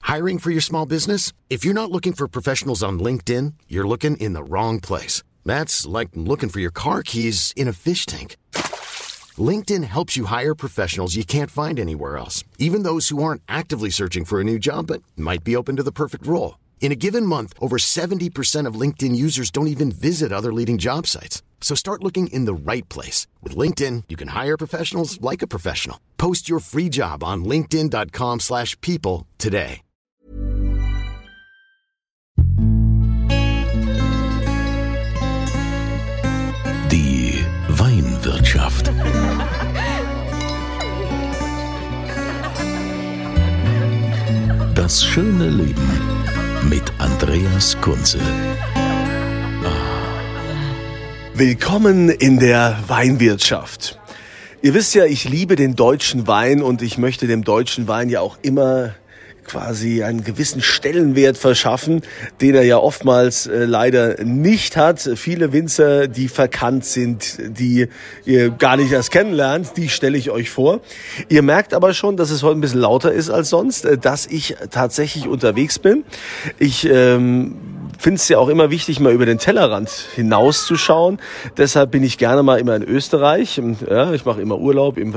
Hiring for your small business? If you're not looking for professionals on LinkedIn, you're looking in the wrong place. That's like looking for your car keys in a fish tank. LinkedIn helps you hire professionals you can't find anywhere else, even those who aren't actively searching for a new job but might be open to the perfect role. In a given month, over 70% of LinkedIn users don't even visit other leading job sites. So start looking in the right place. With LinkedIn, you can hire professionals like a professional. Post your free job on linkedin.com/people today. Die Weinwirtschaft. Das schöne Leben mit Andreas Kunze. Willkommen in der Weinwirtschaft. Ihr wisst ja, ich liebe den deutschen Wein und ich möchte dem deutschen Wein ja auch immer quasi einen gewissen Stellenwert verschaffen, den er ja oftmals leider nicht hat. Viele Winzer, die verkannt sind, die ihr gar nicht erst kennenlernt, die stelle ich euch vor. Ihr merkt aber schon, dass es heute ein bisschen lauter ist als sonst, dass ich tatsächlich unterwegs bin. Ich finde es ja auch immer wichtig, mal über den Tellerrand hinauszuschauen. Deshalb bin ich gerne mal immer in Österreich. Ja, ich mache immer Urlaub im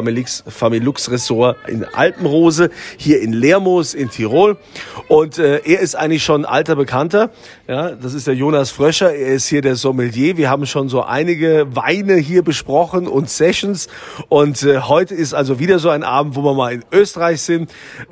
Familux Ressort in Alpenrose, hier in Lermoos in Tirol. Und er ist eigentlich schon ein alter Bekannter. Ja, das ist der Jonas Fröscher. Er ist hier der Sommelier. Wir haben schon so einige Weine hier besprochen und Sessions. Und heute ist also wieder so ein Abend, wo wir mal in Österreich sind.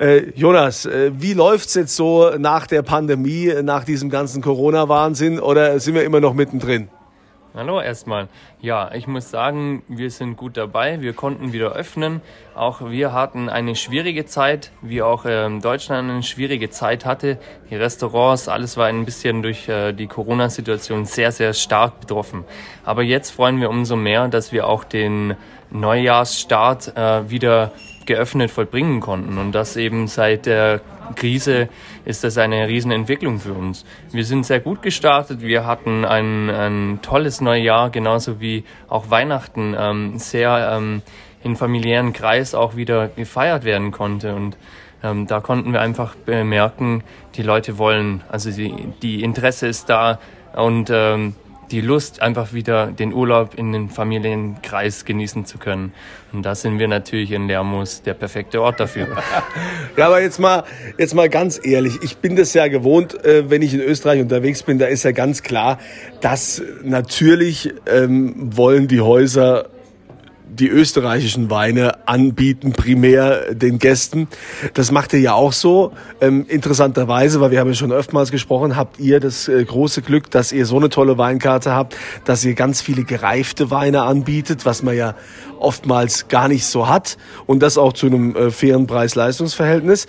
Jonas, wie läuft's jetzt so nach der Pandemie, nach diesem ganzen Corona-Wahnsinn, oder sind wir immer noch mittendrin? Hallo erstmal. Ja, ich muss sagen, wir sind gut dabei. Wir konnten wieder öffnen. Auch wir hatten eine schwierige Zeit, wie auch Deutschland eine schwierige Zeit hatte. Die Restaurants, alles war ein bisschen durch die Corona-Situation sehr, sehr stark betroffen. Aber jetzt freuen wir umso mehr, dass wir auch den Neujahrsstart wieder geöffnet vollbringen konnten. Und das eben seit der Krise ist das eine Riesenentwicklung für uns. Wir sind sehr gut gestartet. Wir hatten ein tolles Neujahr, genauso wie auch Weihnachten sehr im familiären Kreis auch wieder gefeiert werden konnte. Und da konnten wir einfach bemerken, die Leute wollen, also die Interesse ist da und die Lust, einfach wieder den Urlaub in den Familienkreis genießen zu können. Und da sind wir natürlich in Lermoos der perfekte Ort dafür. Ja, aber jetzt mal ganz ehrlich, ich bin das ja gewohnt, wenn ich in Österreich unterwegs bin, da ist ja ganz klar, dass natürlich wollen die Häuser die österreichischen Weine anbieten, primär den Gästen. Das macht ihr ja auch so. Interessanterweise, weil wir haben ja schon oftmals gesprochen, habt ihr das große Glück, dass ihr so eine tolle Weinkarte habt, dass ihr ganz viele gereifte Weine anbietet, was man ja oftmals gar nicht so hat. Und das auch zu einem fairen Preis-Leistungs-Verhältnis.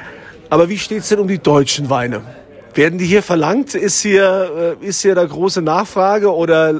Aber wie steht's denn um die deutschen Weine? Werden die hier verlangt? Ist hier da große Nachfrage oder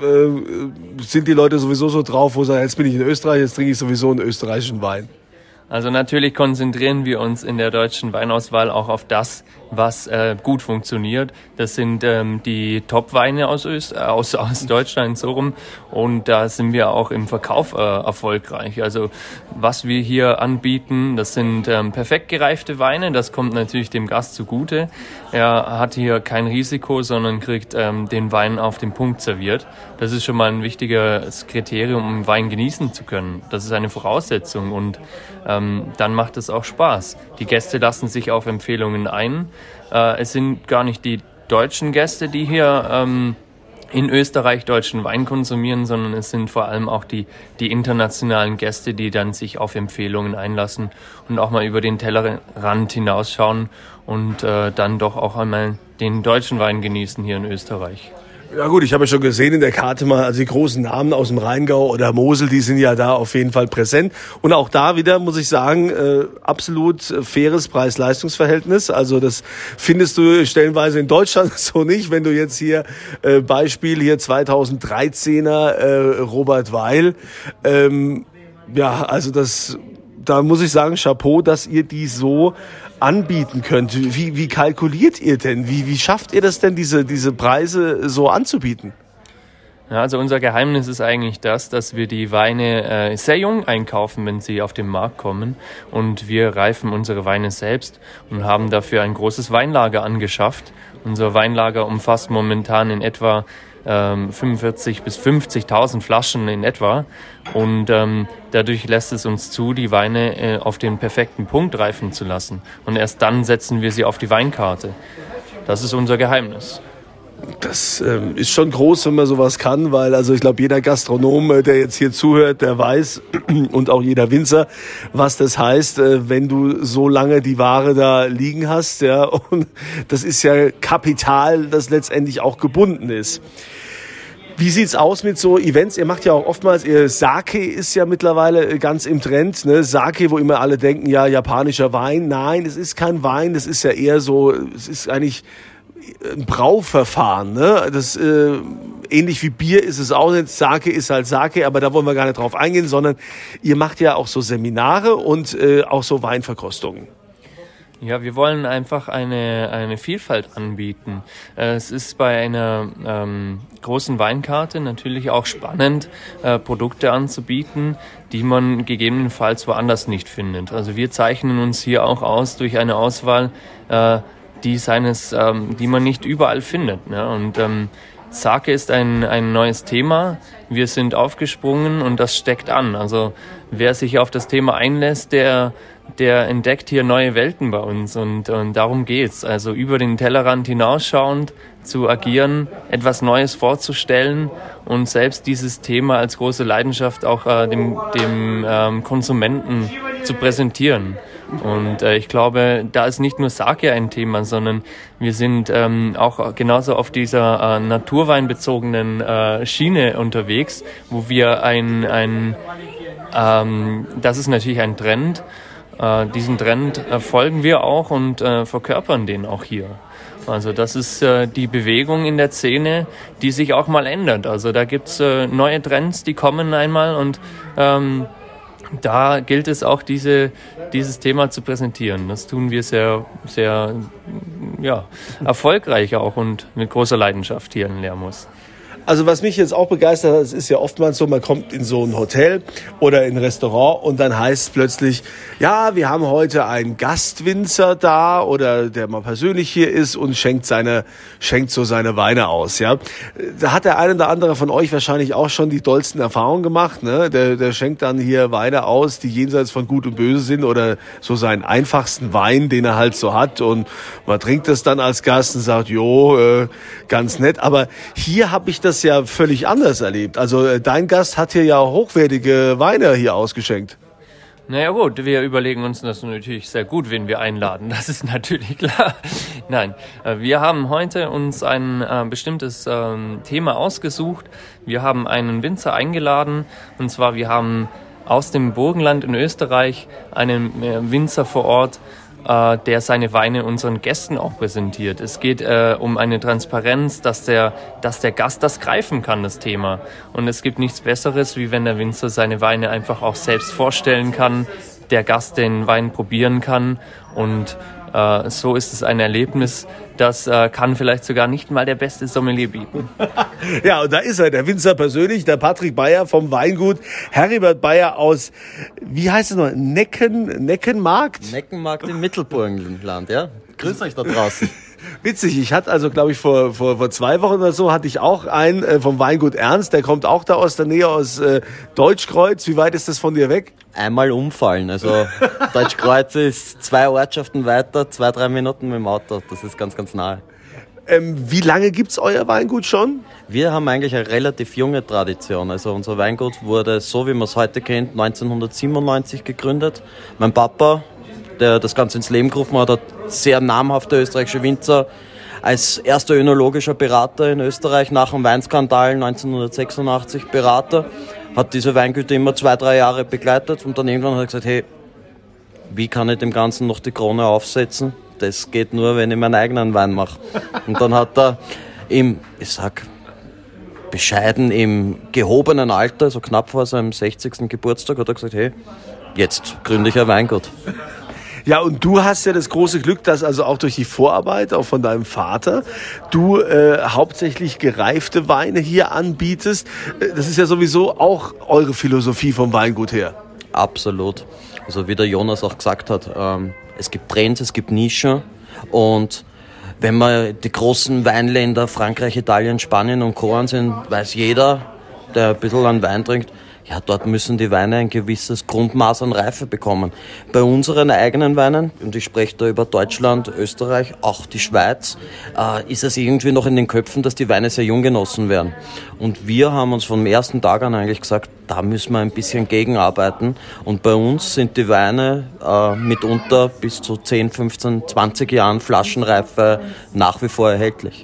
sind die Leute sowieso so drauf, wo sie sagen, jetzt bin ich in Österreich, jetzt trinke ich sowieso einen österreichischen Wein? Also natürlich konzentrieren wir uns in der deutschen Weinauswahl auch auf das, was gut funktioniert. Das sind die Top-Weine aus Deutschland so rum, und da sind wir auch im Verkauf erfolgreich. Also was wir hier anbieten, das sind perfekt gereifte Weine. Das kommt natürlich dem Gast zugute. Er hat hier kein Risiko, sondern kriegt den Wein auf den Punkt serviert. Das ist schon mal ein wichtiges Kriterium, um Wein genießen zu können. Das ist eine Voraussetzung, und dann macht es auch Spaß. Die Gäste lassen sich auf Empfehlungen ein. Es sind gar nicht die deutschen Gäste, die hier in Österreich deutschen Wein konsumieren, sondern es sind vor allem auch die internationalen Gäste, die dann sich auf Empfehlungen einlassen und auch mal über den Tellerrand hinausschauen und dann doch auch einmal den deutschen Wein genießen hier in Österreich. Ja gut, ich habe ja schon gesehen in der Karte mal, also die großen Namen aus dem Rheingau oder Mosel, die sind ja da auf jeden Fall präsent. Und auch da wieder, muss ich sagen, absolut faires Preis-Leistungs-Verhältnis. Also das findest du stellenweise in Deutschland so nicht. Wenn du jetzt hier, Beispiel hier 2013er Robert Weil, ja, also da muss ich sagen, Chapeau, dass ihr die so anbieten könnt. Wie kalkuliert ihr denn? Wie schafft ihr das denn, diese Preise so anzubieten? Ja, also unser Geheimnis ist eigentlich das, dass wir die Weine sehr jung einkaufen, wenn sie auf den Markt kommen. Und wir reifen unsere Weine selbst und haben dafür ein großes Weinlager angeschafft. Unser Weinlager umfasst momentan in etwa 45.000 bis 50.000 Flaschen in etwa. Und dadurch lässt es uns zu, die Weine auf den perfekten Punkt reifen zu lassen. Und erst dann setzen wir sie auf die Weinkarte. Das ist unser Geheimnis. Das ist schon groß, wenn man sowas kann, weil also ich glaube, jeder Gastronom, der jetzt hier zuhört, der weiß und auch jeder Winzer, was das heißt, wenn du so lange die Ware da liegen hast. Ja, und das ist ja Kapital, das letztendlich auch gebunden ist. Wie sieht's aus mit so Events? Ihr macht ja auch oftmals, Sake ist ja mittlerweile ganz im Trend, ne? Sake, wo immer alle denken, ja, japanischer Wein. Nein, es ist kein Wein, das ist ja eher so, es ist eigentlich ein Brauverfahren, ne? Das ähnlich wie Bier ist es auch nicht. Sake ist halt Sake, aber da wollen wir gar nicht drauf eingehen, sondern ihr macht ja auch so Seminare und auch so Weinverkostungen. Ja, wir wollen einfach eine Vielfalt anbieten. Es ist bei einer großen Weinkarte natürlich auch spannend, Produkte anzubieten, die man gegebenenfalls woanders nicht findet. Also wir zeichnen uns hier auch aus durch eine Auswahl, die man nicht überall findet. Ne? Und Sake ist ein neues Thema. Wir sind aufgesprungen und das steckt an. Also wer sich auf das Thema einlässt, der entdeckt hier neue Welten bei uns und darum geht's. Also über den Tellerrand hinausschauend zu agieren, etwas Neues vorzustellen und selbst dieses Thema als große Leidenschaft auch dem Konsumenten zu präsentieren. Und ich glaube, da ist nicht nur Sake ein Thema, sondern wir sind auch genauso auf dieser naturweinbezogenen Schiene unterwegs, wo wir das ist natürlich ein Trend. Diesen Trend folgen wir auch und verkörpern den auch hier. Also das ist die Bewegung in der Szene, die sich auch mal ändert. Also da gibt's neue Trends, die kommen einmal und da gilt es auch, dieses Thema zu präsentieren. Das tun wir sehr, sehr erfolgreich auch und mit großer Leidenschaft hier in Lermoos. Also was mich jetzt auch begeistert, es ist ja oftmals so, man kommt in so ein Hotel oder in ein Restaurant und dann heißt es plötzlich, ja, wir haben heute einen Gastwinzer da oder der mal persönlich hier ist und schenkt so seine Weine aus, ja. Da hat der eine oder andere von euch wahrscheinlich auch schon die dollsten Erfahrungen gemacht, ne? Der schenkt dann hier Weine aus, die jenseits von Gut und Böse sind oder so seinen einfachsten Wein, den er halt so hat und man trinkt das dann als Gast und sagt, ganz nett, aber hier habe ich das ja völlig anders erlebt. Also dein Gast hat hier ja hochwertige Weine hier ausgeschenkt. Naja gut, wir überlegen uns das natürlich sehr gut, wen wir einladen. Das ist natürlich klar. Nein, wir haben heute uns ein bestimmtes Thema ausgesucht. Wir haben einen Winzer eingeladen. Und zwar, wir haben aus dem Burgenland in Österreich einen Winzer vor Ort, der seine Weine unseren Gästen auch präsentiert. Es geht um eine Transparenz, dass der Gast das greifen kann, das Thema. Und es gibt nichts Besseres, wie wenn der Winzer seine Weine einfach auch selbst vorstellen kann, der Gast den Wein probieren kann und so ist es ein Erlebnis, das kann vielleicht sogar nicht mal der beste Sommelier bieten. Ja, und da ist er, der Winzer persönlich, der Patrick Beyer vom Weingut Heribert Beyer aus, wie heißt es noch, Neckenmarkt? Neckenmarkt im Mittelburgenland, ja. Grüß euch da draußen. Witzig, ich hatte also, glaube ich, vor 2 Wochen oder so, hatte ich auch einen vom Weingut Ernst, der kommt auch da aus der Nähe, aus Deutschkreuz. Wie weit ist das von dir weg? Einmal umfallen, also Deutschkreuz ist 2 Ortschaften weiter, 2-3 Minuten mit dem Auto, das ist ganz, ganz nahe. Wie lange gibt's euer Weingut schon? Wir haben eigentlich eine relativ junge Tradition, also unser Weingut wurde, so wie man es heute kennt, 1997 gegründet. Mein Papa, der das Ganze ins Leben gerufen hat, ein sehr namhafter österreichischer Winzer, als erster önologischer Berater in Österreich nach dem Weinskandal 1986 Berater, hat diese Weingüter immer 2-3 Jahre begleitet und dann irgendwann hat er gesagt, hey, wie kann ich dem Ganzen noch die Krone aufsetzen? Das geht nur, wenn ich meinen eigenen Wein mache. Und dann hat er bescheiden im gehobenen Alter, so knapp vor seinem 60. Geburtstag, hat er gesagt, hey, jetzt gründe ich ein Weingut. Ja, und du hast ja das große Glück, dass also auch durch die Vorarbeit, auch von deinem Vater, du hauptsächlich gereifte Weine hier anbietest. Das ist ja sowieso auch eure Philosophie vom Weingut her. Absolut. Also wie der Jonas auch gesagt hat, es gibt Trends, es gibt Nischen und wenn man die großen Weinländer Frankreich, Italien, Spanien und Co. ansehen, weiß jeder, der ein bisschen an Wein trinkt, ja, dort müssen die Weine ein gewisses Grundmaß an Reife bekommen. Bei unseren eigenen Weinen, und ich spreche da über Deutschland, Österreich, auch die Schweiz, ist es irgendwie noch in den Köpfen, dass die Weine sehr jung genossen werden. Und wir haben uns vom ersten Tag an eigentlich gesagt, da müssen wir ein bisschen gegenarbeiten. Und bei uns sind die Weine mitunter bis zu 10, 15, 20 Jahren Flaschenreife nach wie vor erhältlich.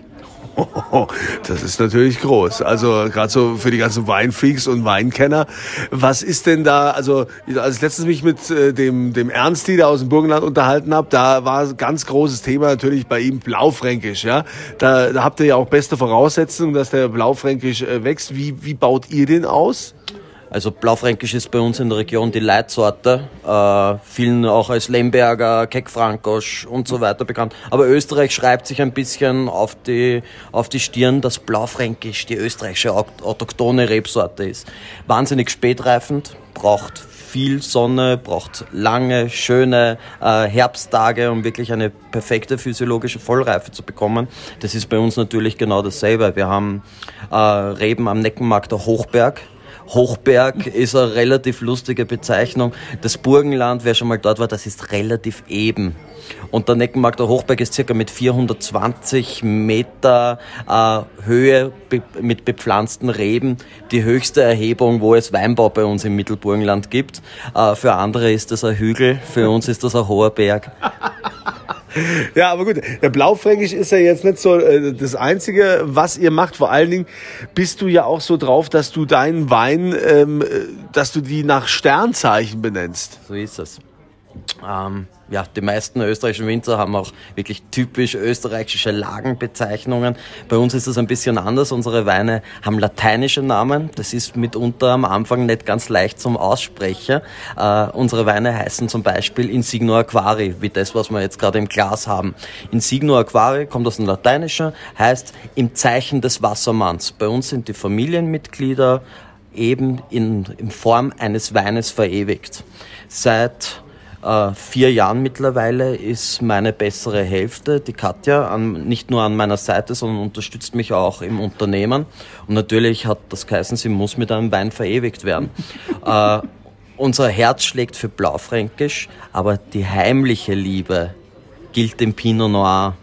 Das ist natürlich groß. Also gerade so für die ganzen Weinfreaks und Weinkenner. Was ist denn da, also als ich letztens mich mit dem Ernsti da aus dem Burgenland unterhalten habe, da war ein ganz großes Thema natürlich bei ihm Blaufränkisch. Ja, da habt ihr ja auch beste Voraussetzungen, dass der Blaufränkisch wächst. Wie baut ihr den aus? Also Blaufränkisch ist bei uns in der Region die Leitsorte, vielen auch als Lemberger, Keck-Frankosch und so weiter bekannt. Aber Österreich schreibt sich ein bisschen auf die Stirn, dass Blaufränkisch die österreichische autochthone Rebsorte ist. Wahnsinnig spätreifend, braucht viel Sonne, braucht lange, schöne Herbsttage, um wirklich eine perfekte physiologische Vollreife zu bekommen. Das ist bei uns natürlich genau dasselbe. Wir haben Reben am Neckenmarkt der Hochberg. Hochberg ist eine relativ lustige Bezeichnung. Das Burgenland, wer schon mal dort war, das ist relativ eben. Und der Neckenmarkt der Hochberg ist circa mit 420 Meter Höhe mit bepflanzten Reben die höchste Erhebung, wo es Weinbau bei uns im Mittelburgenland gibt. Für andere ist das ein Hügel, für uns ist das ein hoher Berg. Ja, aber gut, der Blaufränkisch ist ja jetzt nicht so das Einzige, was ihr macht. Vor allen Dingen bist du ja auch so drauf, dass du deinen Wein, dass du die nach Sternzeichen benennst. So ist es. Ja, die meisten österreichischen Winzer haben auch wirklich typisch österreichische Lagenbezeichnungen. Bei uns ist es ein bisschen anders. Unsere Weine haben lateinische Namen. Das ist mitunter am Anfang nicht ganz leicht zum Aussprechen. Unsere Weine heißen zum Beispiel Insigno Aquari, wie das, was wir jetzt gerade im Glas haben. Insigno Aquari kommt aus dem Lateinischen, heißt im Zeichen des Wassermanns. Bei uns sind die Familienmitglieder eben in Form eines Weines verewigt. Seit 4 Jahren mittlerweile ist meine bessere Hälfte, die Katja, nicht nur an meiner Seite, sondern unterstützt mich auch im Unternehmen. Und natürlich hat das geheißen, sie muss mit einem Wein verewigt werden. Unser Herz schlägt für Blaufränkisch, aber die heimliche Liebe gilt dem Pinot Noir.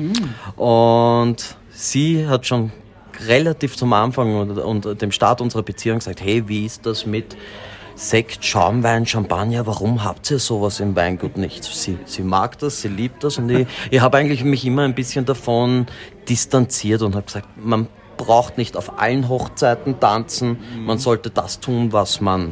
Und sie hat schon relativ zum Anfang und dem Start unserer Beziehung gesagt, hey, wie ist das mit Sekt, Schaumwein, Champagner, warum habt ihr sowas im Weingut nicht? Sie mag das, sie liebt das und ich habe eigentlich mich immer ein bisschen davon distanziert und habe gesagt, man braucht nicht auf allen Hochzeiten tanzen, man sollte das tun, was man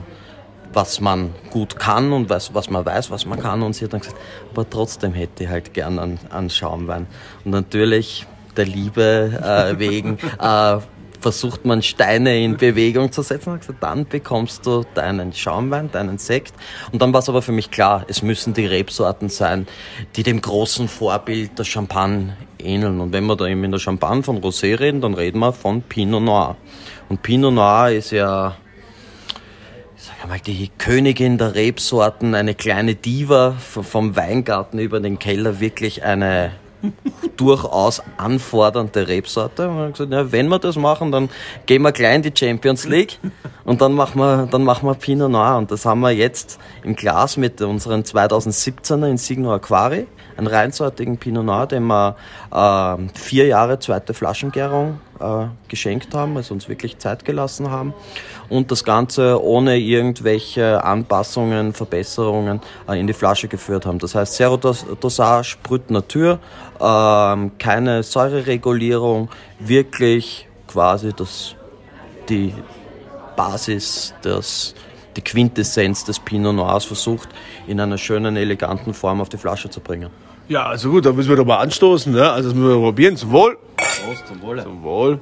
gut kann und was man weiß, was man kann. Und sie hat dann gesagt, aber trotzdem hätte ich halt gern an Schaumwein. Und natürlich der Liebe wegen versucht man Steine in Bewegung zu setzen und gesagt, dann bekommst du deinen Schaumwein, deinen Sekt. Und dann war es aber für mich klar, es müssen die Rebsorten sein, die dem großen Vorbild der Champagne ähneln. Und wenn wir da eben in der Champagne von Rosé reden, dann reden wir von Pinot Noir. Und Pinot Noir ist ja, ich sage einmal, die Königin der Rebsorten, eine kleine Diva vom Weingarten über den Keller, wirklich eine durchaus anfordernde Rebsorte. Und wir haben gesagt, ja, wenn wir das machen, dann gehen wir gleich in die Champions League und dann machen wir Pinot Noir. Und das haben wir jetzt im Glas mit unseren 2017er Insigno Aquari, einen reinsortigen Pinot Noir, den wir 4 Jahre zweite Flaschengärung geschenkt haben, also uns wirklich Zeit gelassen haben und das Ganze ohne irgendwelche Anpassungen, Verbesserungen in die Flasche geführt haben. Das heißt Zero Dosage, Brut Natur, keine Säureregulierung, wirklich quasi die Basis, die Quintessenz des Pinot Noirs versucht, in einer schönen, eleganten Form auf die Flasche zu bringen. Ja, also gut, da müssen wir doch mal anstoßen, ne? Also das müssen wir probieren. Zum Wohl. Prost, zum Wohle. Zum Wohl.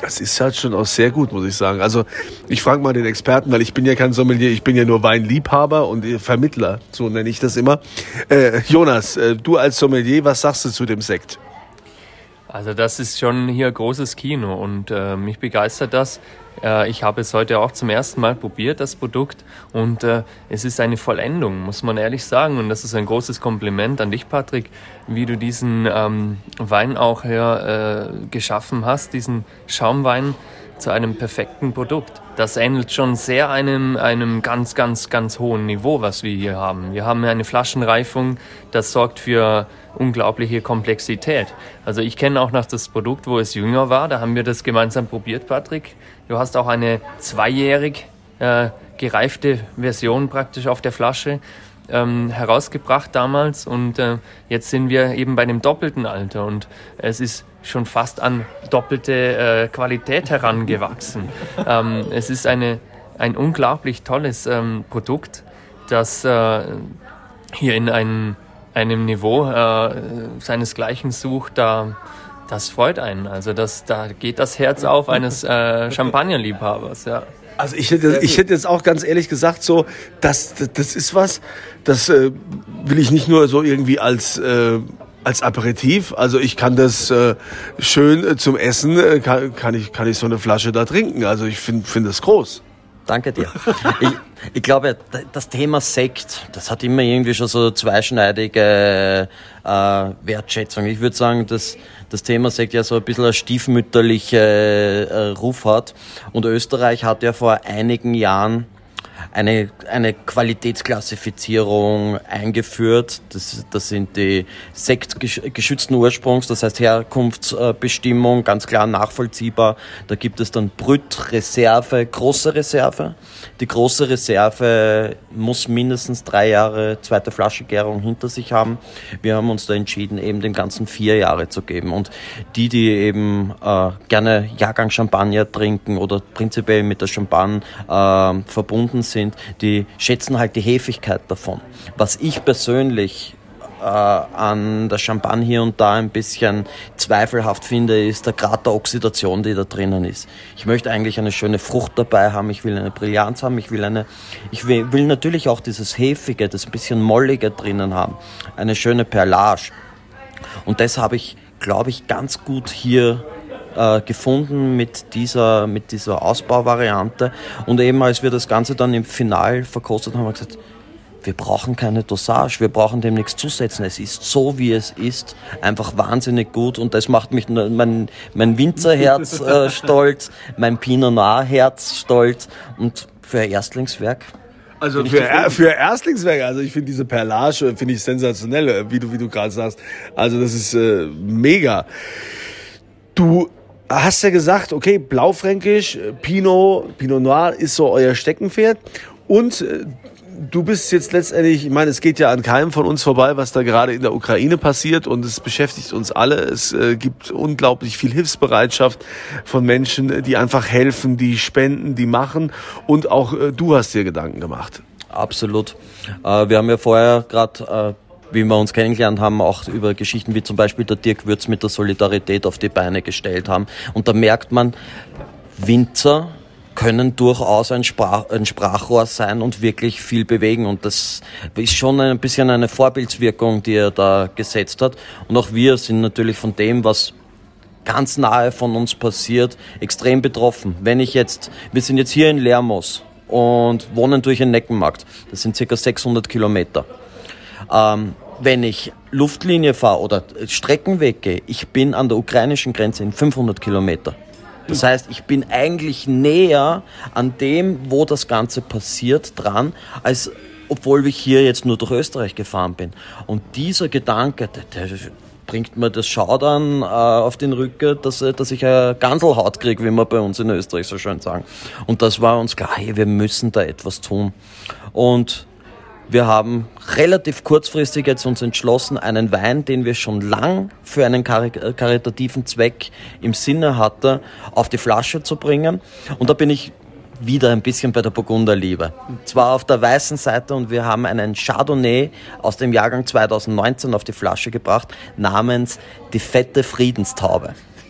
Das ist halt schon auch sehr gut, muss ich sagen. Also ich frage mal den Experten, weil ich bin ja kein Sommelier, ich bin ja nur Weinliebhaber und Vermittler, so nenne ich das immer. Jonas, du als Sommelier, was sagst du zu dem Sekt? Also das ist schon hier großes Kino und mich begeistert das. Ich habe es heute auch zum ersten Mal probiert, das Produkt, und es ist eine Vollendung, muss man ehrlich sagen. Und das ist ein großes Kompliment an dich, Patrick, wie du diesen Wein auch hier geschaffen hast, diesen Schaumwein zu einem perfekten Produkt. Das ähnelt schon sehr einem ganz, ganz, ganz hohen Niveau, was wir hier haben. Wir haben eine Flaschenreifung, das sorgt für unglaubliche Komplexität. Also ich kenne auch noch das Produkt, wo es jünger war, da haben wir das gemeinsam probiert, Patrick. Du hast auch eine 2-jährig gereifte Version praktisch auf der Flasche herausgebracht damals, und jetzt sind wir eben bei dem doppelten Alter und es ist schon fast an doppelte Qualität herangewachsen. Es ist ein unglaublich tolles Produkt, das hier in einem Niveau seinesgleichen sucht. Das freut einen. Also da geht das Herz auf eines Champagnerliebhabers. Ja. Also ich hätte jetzt auch ganz ehrlich gesagt, so, das ist was, das will ich nicht nur so irgendwie als Aperitif, also ich kann das schön zum Essen, kann ich so eine Flasche da trinken. Also ich finde das groß. Danke dir. Ich glaube, das Thema Sekt, das hat immer irgendwie schon so zweischneidige Wertschätzung. Ich würde sagen, dass das Thema Sekt ja so ein bisschen eine stiefmütterliche Ruf hat. Und Österreich hat ja vor einigen Jahren eine Qualitätsklassifizierung eingeführt. Das sind die sektgeschützten Ursprungs, das heißt Herkunftsbestimmung, ganz klar nachvollziehbar. Da gibt es dann Brüt, Reserve, große Reserve. Die große Reserve muss mindestens 3 Jahre zweite Flaschengärung hinter sich haben. Wir haben uns da entschieden, eben dem Ganzen 4 Jahre zu geben. Und die eben gerne Jahrgang Champagner trinken oder prinzipiell mit der Champagne verbunden sind, die schätzen halt die Hefigkeit davon. Was ich persönlich an der Champagne hier und da ein bisschen zweifelhaft finde, ist der Grad der Oxidation, die da drinnen ist. Ich möchte eigentlich eine schöne Frucht dabei haben, ich will eine Brillanz haben, ich will natürlich auch dieses Hefige, das bisschen Mollige drinnen haben, eine schöne Perlage. Und das habe ich, glaube ich, ganz gut hier gefunden mit dieser Ausbauvariante. Und eben als wir das Ganze dann im Final verkostet haben, haben wir gesagt, wir brauchen keine Dosage, wir brauchen dem nichts zusetzen. Es ist so, wie es ist, einfach wahnsinnig gut. Und das macht mich mein Winzerherz stolz, mein Pinot Noir Herz stolz. Und für ein Erstlingswerk. Also für Erstlingswerke, also ich finde diese Perlage, finde ich sensationell, wie du gerade sagst. Also das ist mega. Du hast ja gesagt, okay, Blaufränkisch, Pinot Noir ist so euer Steckenpferd. Und du bist jetzt letztendlich, ich meine, es geht ja an keinem von uns vorbei, was da gerade in der Ukraine passiert, und es beschäftigt uns alle. Es gibt unglaublich viel Hilfsbereitschaft von Menschen, die einfach helfen, die spenden, die machen, und auch du hast dir Gedanken gemacht. Absolut. Wir haben ja vorher gerade, wie wir uns kennengelernt haben, auch über Geschichten wie zum Beispiel der Dirk Würz mit der Solidarität auf die Beine gestellt haben. Und da merkt man, Winzer können durchaus ein Sprachrohr sein und wirklich viel bewegen. Und das ist schon ein bisschen eine Vorbildswirkung, die er da gesetzt hat. Und auch wir sind natürlich von dem, was ganz nahe von uns passiert, extrem betroffen. Wir sind jetzt hier in Lermoos und wohnen durch den Neckenmarkt. Das sind ca. 600 Kilometer. Wenn ich Luftlinie fahre oder Streckenweg gehe, ich bin an der ukrainischen Grenze in 500 Kilometer. Das heißt, ich bin eigentlich näher an dem, wo das Ganze passiert, dran, als obwohl ich hier jetzt nur durch Österreich gefahren bin. Und dieser Gedanke, der bringt mir das Schaudern auf den Rücken, dass ich eine Ganselhaut kriege, wie wir bei uns in Österreich so schön sagen. Und das war uns klar, hey, wir müssen da etwas tun. Und wir haben relativ kurzfristig jetzt uns entschlossen, einen Wein, den wir schon lang für einen karitativen Zweck im Sinne hatten, auf die Flasche zu bringen. Und da bin ich wieder ein bisschen bei der Burgunderliebe. Zwar auf der weißen Seite, und wir haben einen Chardonnay aus dem Jahrgang 2019 auf die Flasche gebracht, namens die fette Friedenstaube. Die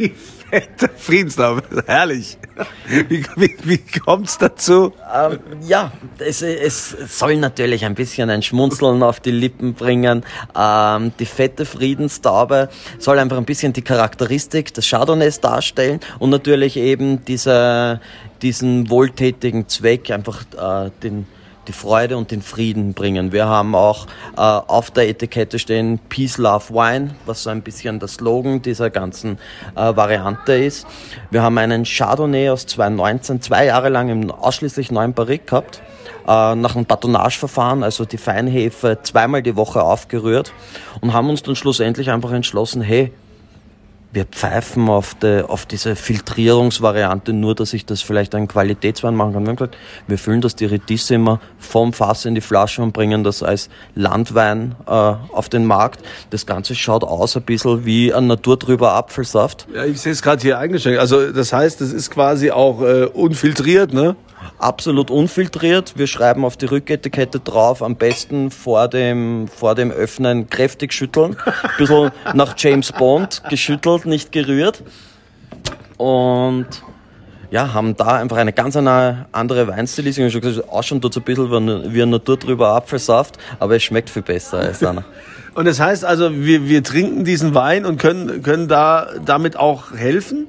fette Friedenstaube, herrlich. Wie kommt's dazu? Ja, es soll natürlich ein bisschen ein Schmunzeln auf die Lippen bringen. Die fette Friedenstaube soll einfach ein bisschen die Charakteristik des Chardonnays darstellen und natürlich eben diesen wohltätigen Zweck, einfach die Freude und den Frieden bringen. Wir haben auch auf der Etikette stehen Peace, Love, Wine, was so ein bisschen der Slogan dieser ganzen Variante ist. Wir haben einen Chardonnay aus 2019, 2 Jahre lang im ausschließlich neuen Barrique gehabt, nach einem Batonnage-Verfahren, also die Feinhefe 2-mal die Woche aufgerührt und haben uns dann schlussendlich einfach entschlossen, hey, wir pfeifen auf diese Filtrierungsvariante, nur dass ich das vielleicht einen Qualitätswein machen kann. Wir haben gesagt, wir füllen das Direttissima vom Fass in die Flasche und bringen das als Landwein auf den Markt. Das Ganze schaut aus ein bisschen wie ein naturtrüber Apfelsaft. Ja, ich sehe es gerade hier eingeschränkt. Also das heißt, es ist quasi auch unfiltriert, ne? Absolut unfiltriert. Wir schreiben auf die Rücketikette drauf, am besten vor dem Öffnen kräftig schütteln. Ein bisschen nach James Bond, geschüttelt, nicht gerührt. Und ja, haben da einfach eine ganz andere Weinstilistik. Ich habe schon gesagt, ausschauen tut es ein bisschen wie ein naturtrüber Apfelsaft, aber es schmeckt viel besser als einer. Und das heißt also, wir trinken diesen Wein und können damit auch helfen?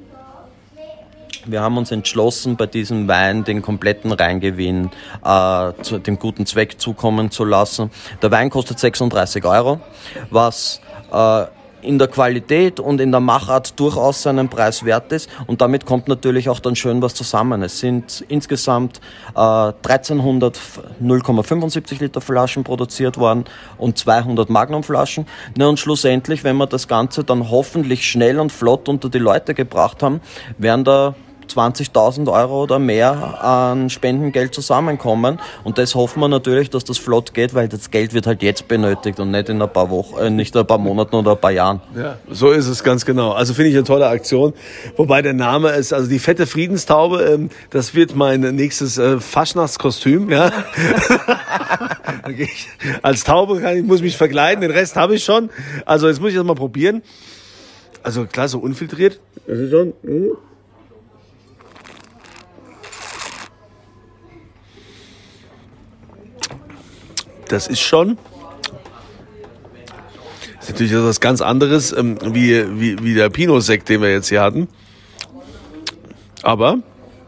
Wir haben uns entschlossen, bei diesem Wein den kompletten Reingewinn zu dem guten Zweck zukommen zu lassen. Der Wein kostet 36 €, was in der Qualität und in der Machart durchaus seinen Preis wert ist. Und damit kommt natürlich auch dann schön was zusammen. Es sind insgesamt 1300 0,75 Liter Flaschen produziert worden und 200 Magnumflaschen. Ja, und schlussendlich, wenn wir das Ganze dann hoffentlich schnell und flott unter die Leute gebracht haben, werden da 20.000 € oder mehr an Spendengeld zusammenkommen. Und das hoffen wir natürlich, dass das flott geht, weil das Geld wird halt jetzt benötigt und nicht in ein paar Wochen, nicht in ein paar Monaten oder ein paar Jahren. Ja, so ist es ganz genau. Also finde ich eine tolle Aktion. Wobei der Name ist, also die fette Friedenstaube, das wird mein nächstes Faschnachtskostüm. Ja. Als Taube muss ich mich verkleiden, den Rest habe ich schon. Also jetzt muss ich das mal probieren. Also klar, so unfiltriert. Das ist schon. Das ist schon. Das ist natürlich etwas ganz anderes, wie der Pinot-Sekt, den wir jetzt hier hatten. Aber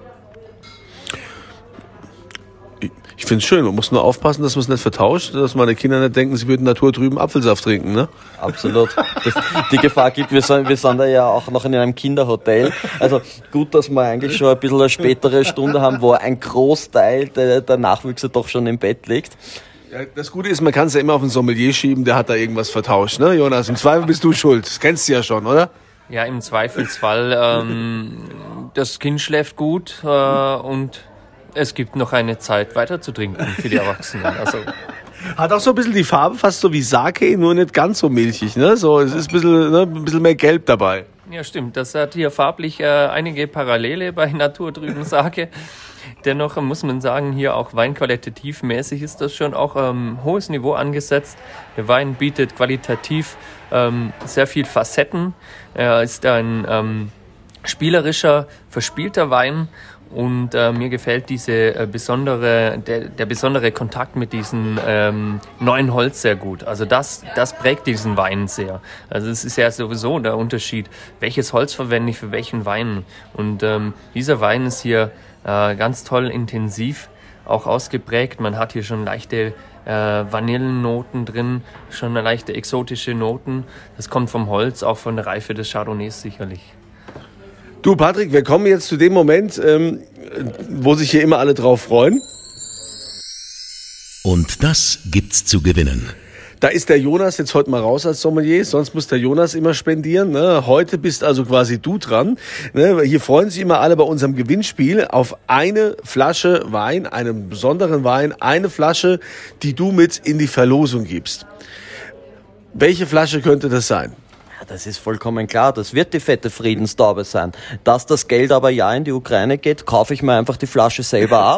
ich finde es schön. Man muss nur aufpassen, dass man es nicht vertauscht, dass meine Kinder nicht denken, sie würden naturtrüben Apfelsaft trinken, ne? Absolut. Die Gefahr gibt, wir sind da ja auch noch in einem Kinderhotel. Also gut, dass wir eigentlich schon ein bisschen eine spätere Stunde haben, wo ein Großteil der Nachwüchse doch schon im Bett liegt. Ja, das Gute ist, man kann es ja immer auf den Sommelier schieben, der hat da irgendwas vertauscht, ne, Jonas? Im Zweifel bist du schuld. Das kennst du ja schon, oder? Ja, im Zweifelsfall. Das Kind schläft gut und es gibt noch eine Zeit weiter zu trinken für die Erwachsenen. Also hat auch so ein bisschen die Farbe, fast so wie Sake, nur nicht ganz so milchig, ne? So, es ist ein bisschen mehr Gelb dabei. Ja, stimmt. Das hat hier farblich einige Parallele bei naturtrüben Sake. Dennoch muss man sagen, hier auch weinqualitativmäßig ist das schon auch hohes Niveau angesetzt. Der Wein bietet qualitativ sehr viel Facetten. Er ist ein spielerischer, verspielter Wein. Und mir gefällt der besondere Kontakt mit diesem neuen Holz sehr gut. Also das prägt diesen Wein sehr. Also es ist ja sowieso der Unterschied, welches Holz verwende ich für welchen Wein. Und dieser Wein ist hier ganz toll intensiv auch ausgeprägt. Man hat hier schon leichte Vanillennoten drin, schon leichte exotische Noten. Das kommt vom Holz, auch von der Reife des Chardonnays sicherlich. Du Patrick, wir kommen jetzt zu dem Moment, wo sich hier immer alle drauf freuen. Und das gibt's zu gewinnen. Da ist der Jonas jetzt heute mal raus als Sommelier, sonst muss der Jonas immer spendieren. Ne? Heute bist also quasi du dran. Ne? Hier freuen sich immer alle bei unserem Gewinnspiel auf eine Flasche Wein, einen besonderen Wein, eine Flasche, die du mit in die Verlosung gibst. Welche Flasche könnte das sein? Das ist vollkommen klar, das wird die fette Friedenstaube sein. Dass das Geld aber ja in die Ukraine geht, kaufe ich mir einfach die Flasche selber ab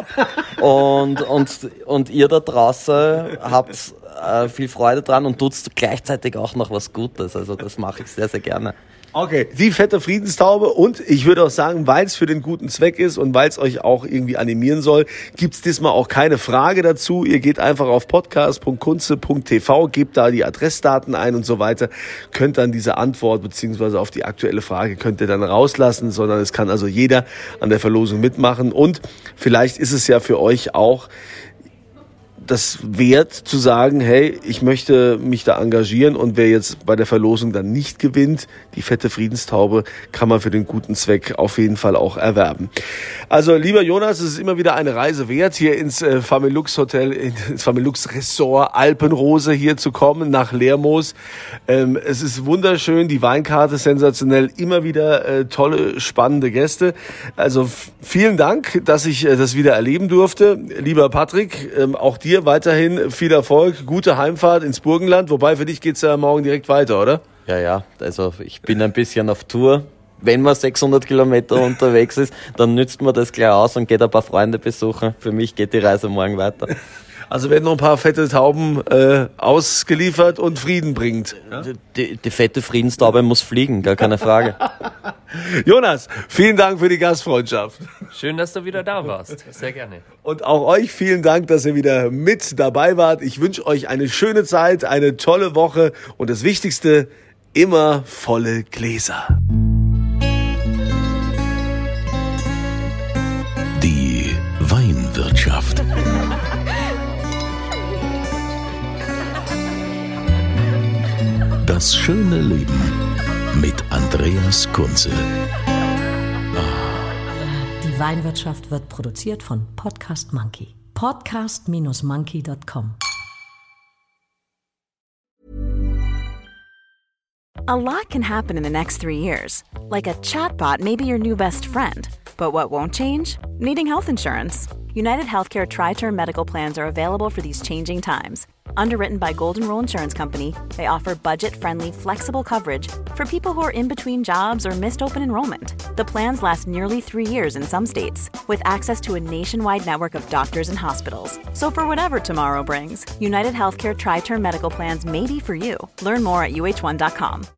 und ihr da draußen habt viel Freude dran und tut gleichzeitig auch noch was Gutes. Also das mache ich sehr, sehr gerne. Okay, die fette Friedenstaube, und ich würde auch sagen, weil es für den guten Zweck ist und weil es euch auch irgendwie animieren soll, gibt's diesmal auch keine Frage dazu. Ihr geht einfach auf podcast.kunze.tv, gebt da die Adressdaten ein und so weiter, könnt dann diese Antwort beziehungsweise auf die aktuelle Frage könnt ihr dann rauslassen, sondern es kann also jeder an der Verlosung mitmachen, und vielleicht ist es ja für euch auch das wert zu sagen, hey, ich möchte mich da engagieren, und wer jetzt bei der Verlosung dann nicht gewinnt, die fette Friedenstaube, kann man für den guten Zweck auf jeden Fall auch erwerben. Also lieber Jonas, es ist immer wieder eine Reise wert, hier ins Familux Hotel, ins Familux Ressort Alpenrose hier zu kommen, nach Lermoos. Es ist wunderschön, die Weinkarte sensationell, immer wieder tolle, spannende Gäste. Also vielen Dank, dass ich das wieder erleben durfte. Lieber Patrick, auch dir weiterhin viel Erfolg, gute Heimfahrt ins Burgenland, wobei für dich geht's ja morgen direkt weiter, oder? Ja, also ich bin ein bisschen auf Tour. Wenn man 600 Kilometer unterwegs ist, dann nützt man das gleich aus und geht ein paar Freunde besuchen. Für mich geht die Reise morgen weiter. Also werden noch ein paar fette Tauben ausgeliefert und Frieden bringt. Ja? Die fette Friedenstaube muss fliegen, gar keine Frage. Jonas, vielen Dank für die Gastfreundschaft. Schön, dass du wieder da warst. Sehr gerne. Und auch euch vielen Dank, dass ihr wieder mit dabei wart. Ich wünsche euch eine schöne Zeit, eine tolle Woche und das Wichtigste, immer volle Gläser. Die Weinwirtschaft. Das schöne Leben mit Andreas Kunze. Die Weinwirtschaft wird produziert von Podcast Monkey. Podcast-monkey.com. A lot can happen in the next 3 years. Like a chatbot may be your new best friend. But what won't change? Needing health insurance. United Healthcare Tri-Term Medical Plans are available for these changing times. Underwritten by Golden Rule Insurance Company, they offer budget-friendly, flexible coverage for people who are in between jobs or missed open enrollment. The plans last nearly 3 years in some states, with access to a nationwide network of doctors and hospitals. So for whatever tomorrow brings, United Healthcare Tri-Term Medical Plans may be for you. Learn more at uh1.com.